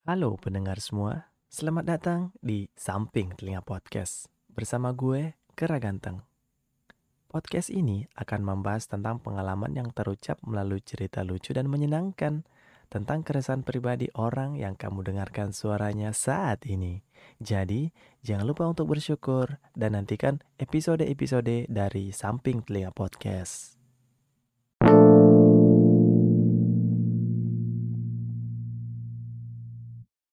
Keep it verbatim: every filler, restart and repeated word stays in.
Halo pendengar semua, selamat datang di Samping Telinga Podcast bersama gue, Kera Ganteng. Podcast ini akan membahas tentang pengalaman yang terucap melalui cerita lucu dan menyenangkan tentang keresahan pribadi orang yang kamu dengarkan suaranya saat ini. Jadi, jangan lupa untuk bersyukur dan nantikan episode-episode dari Samping Telinga Podcast.